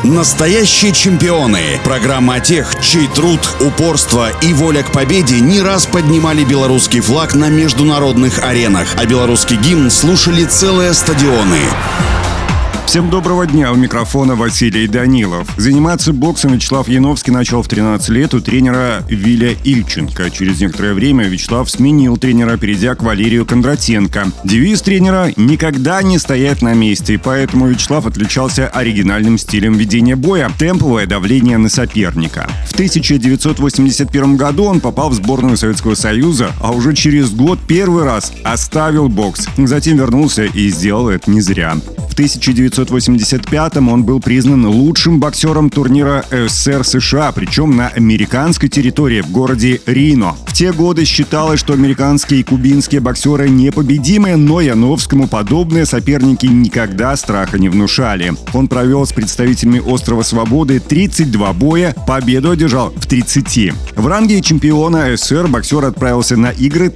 Настоящие чемпионы. Программа о тех, чей труд, упорство и воля к победе не раз поднимали белорусский флаг на международных аренах, а белорусский гимн слушали целые стадионы. Всем доброго дня, у микрофона Василий Данилов. Заниматься боксом Вячеслав Яновский начал в 13 лет у тренера Виля Ильченко. Через некоторое время Вячеслав сменил тренера, перейдя к Валерию Кондратенко. Девиз тренера – никогда не стоять на месте, и поэтому Вячеслав отличался оригинальным стилем ведения боя – темповое давление на соперника. В 1981 году он попал в сборную Советского Союза, а уже через год первый раз оставил бокс. Затем вернулся и сделал это не зря. В 1985-м он был признан лучшим боксером турнира СССР США, причем на американской территории в городе Рино. В те годы считалось, что американские и кубинские боксеры непобедимы, но Яновскому подобные соперники никогда страха не внушали. Он провел с представителями острова Свободы 32 боя, победу одержал в 30. В ранге чемпиона СССР боксер отправился на игры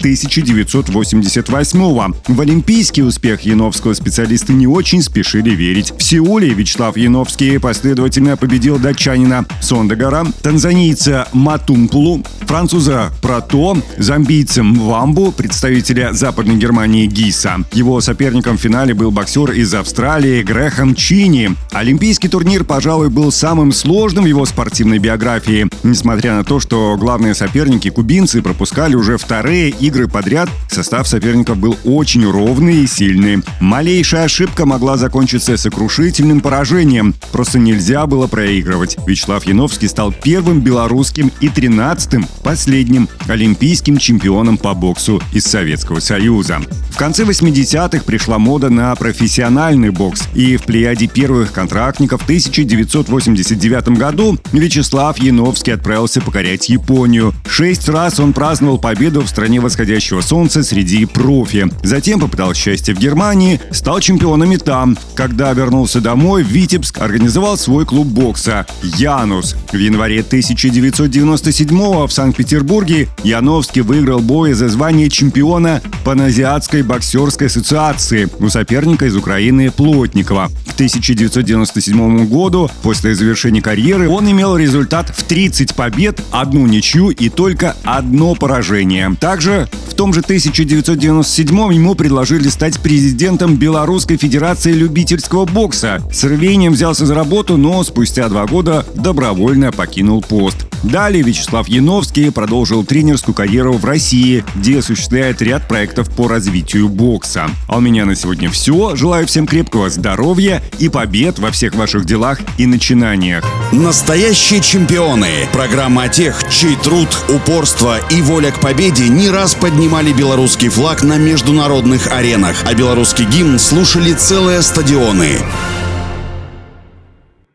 1988-го. В олимпийский успех Яновского специалисты не очень спешили верить. В Сеуле Вячеслав Яновский последовательно победил датчанина Сондагара, танзанийца Матумпулу, француза Прато, замбийца Мвамбу, представителя Западной Германии Гиса. Его соперником в финале был боксер из Австралии Грэхэм Чини. Олимпийский турнир, пожалуй, был самым сложным в его спортивной биографии. Несмотря на то, что главные соперники кубинцы пропускали уже вторые игры подряд, состав соперников был очень ровный и сильный. Малейшая ошибка могла закончиться сокрушительным поражением. Просто нельзя было проигрывать. Вячеслав Яновский стал первым белорусским и 13-м, последним олимпийским чемпионом по боксу из Советского Союза. В конце 80-х пришла мода на профессиональный бокс, и в плеяде первых контрактников в 1989 году Вячеслав Яновский отправился покорять Японию. 6 раз он праздновал победу в стране восходящего солнца среди профи. Затем попытал счастье в Германии, стал чемпионом и там. Когда вернулся домой, в Витебск организовал свой клуб бокса «Янус». В январе 1997-го в Санкт-Петербурге Яновский выиграл бой за звание чемпиона Паназиатской боксерской ассоциации у соперника из Украины Плотникова. К 1997 году, после завершения карьеры, он имел результат в 30 побед, 1 ничью и только 1 поражение. Также в том же 1997 ему предложили стать президентом Белорусской Федерации любительского бокса. С рвением взялся за работу, но спустя 2 года добровольно покинул пост. Далее Вячеслав Яновский продолжил тренерскую карьеру в России, где осуществляет ряд проектов по развитию бокса. А у меня на сегодня все. Желаю всем крепкого здоровья и побед во всех ваших делах и начинаниях. Настоящие чемпионы. Программа о тех, чей труд, упорство и воля к победе не раз поднимали белорусский флаг на международных аренах, а белорусский гимн слушали целые стадионы.